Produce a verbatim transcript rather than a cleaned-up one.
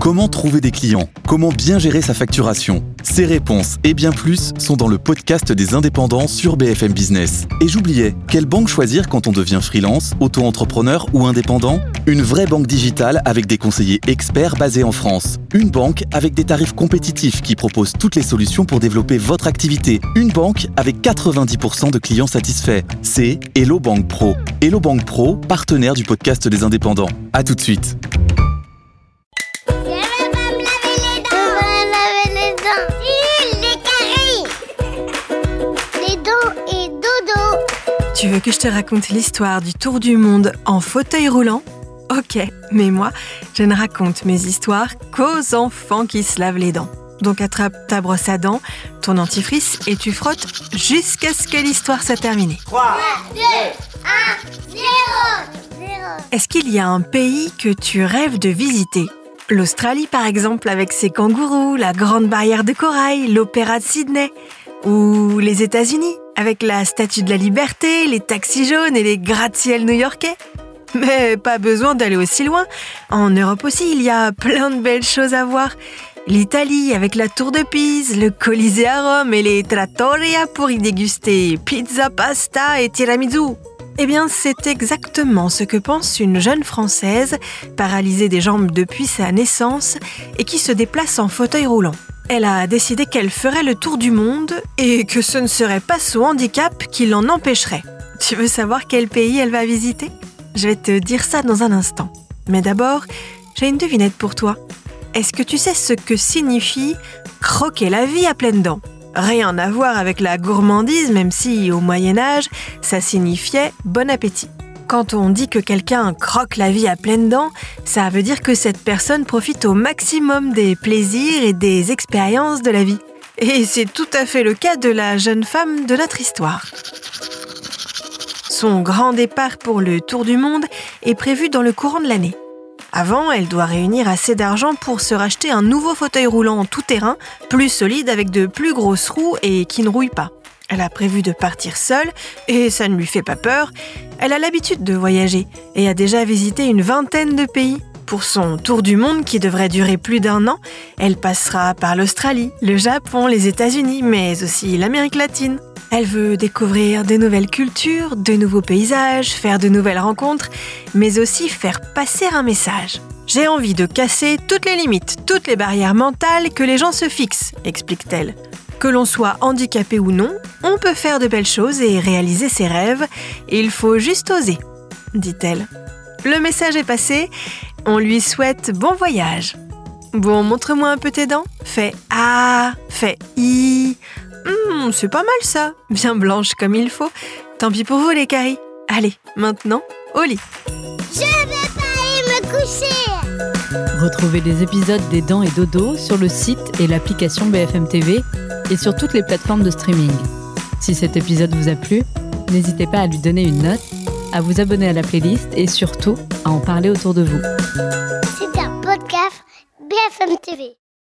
Comment trouver des clients ? Comment bien gérer sa facturation ? Ces réponses et bien plus sont dans le podcast des indépendants sur B F M Business. Et j'oubliais, quelle banque choisir quand on devient freelance, auto-entrepreneur ou indépendant ? Une vraie banque digitale avec des conseillers experts basés en France. Une banque avec des tarifs compétitifs qui propose toutes les solutions pour développer votre activité. Une banque avec quatre-vingt-dix pour cent de clients satisfaits. C'est Hello Bank Pro. Hello Bank Pro, partenaire du podcast des indépendants. À tout de suite. Tu veux que je te raconte l'histoire du tour du monde en fauteuil roulant ? Ok, mais moi, je ne raconte mes histoires qu'aux enfants qui se lavent les dents. Donc attrape ta brosse à dents, ton dentifrice et tu frottes jusqu'à ce que l'histoire soit terminée. trois, deux, un, zéro. Est-ce qu'il y a un pays que tu rêves de visiter ? L'Australie par exemple avec ses kangourous, la grande barrière de corail, l'opéra de Sydney. Ou les États-Unis avec la Statue de la Liberté, les taxis jaunes et les gratte-ciel new-yorkais. Mais pas besoin d'aller aussi loin. En Europe aussi, il y a plein de belles choses à voir. L'Italie avec la Tour de Pise, le Colisée à Rome et les trattoria pour y déguster pizza, pasta et tiramisu. Eh bien, c'est exactement ce que pense une jeune Française, paralysée des jambes depuis sa naissance et qui se déplace en fauteuil roulant. Elle a décidé qu'elle ferait le tour du monde et que ce ne serait pas son handicap qui l'en empêcherait. Tu veux savoir quel pays elle va visiter ? Je vais te dire ça dans un instant. Mais d'abord, j'ai une devinette pour toi. Est-ce que tu sais ce que signifie croquer la vie à pleines dents ? Rien à voir avec la gourmandise, même si, au Moyen-Âge, ça signifiait bon appétit. Quand on dit que quelqu'un croque la vie à pleines dents, ça veut dire que cette personne profite au maximum des plaisirs et des expériences de la vie. Et c'est tout à fait le cas de la jeune femme de notre histoire. Son grand départ pour le tour du monde est prévu dans le courant de l'année. Avant, elle doit réunir assez d'argent pour se racheter un nouveau fauteuil roulant tout-terrain, plus solide avec de plus grosses roues et qui ne rouille pas. Elle a prévu de partir seule et ça ne lui fait pas peur. Elle a l'habitude de voyager et a déjà visité une vingtaine de pays. Pour son tour du monde qui devrait durer plus d'un an, elle passera par l'Australie, le Japon, les États-Unis, mais aussi l'Amérique latine. Elle veut découvrir de nouvelles cultures, de nouveaux paysages, faire de nouvelles rencontres, mais aussi faire passer un message. J'ai envie de casser toutes les limites, toutes les barrières mentales que les gens se fixent, explique-t-elle. Que l'on soit handicapé ou non, on peut faire de belles choses et réaliser ses rêves. Il faut juste oser, dit-elle. Le message est passé, on lui souhaite bon voyage. Bon, montre-moi un peu tes dents. Fais A, fais I. Hum, c'est pas mal ça, bien blanche comme il faut. Tant pis pour vous les caries. Allez, maintenant, au lit. Je vais pas aller me coucher. Retrouvez les épisodes des Dents et Dodo sur le site et l'application B F M T V et sur toutes les plateformes de streaming. Si cet épisode vous a plu, n'hésitez pas à lui donner une note, à vous abonner à la playlist et surtout à en parler autour de vous. C'est un podcast B F M T V.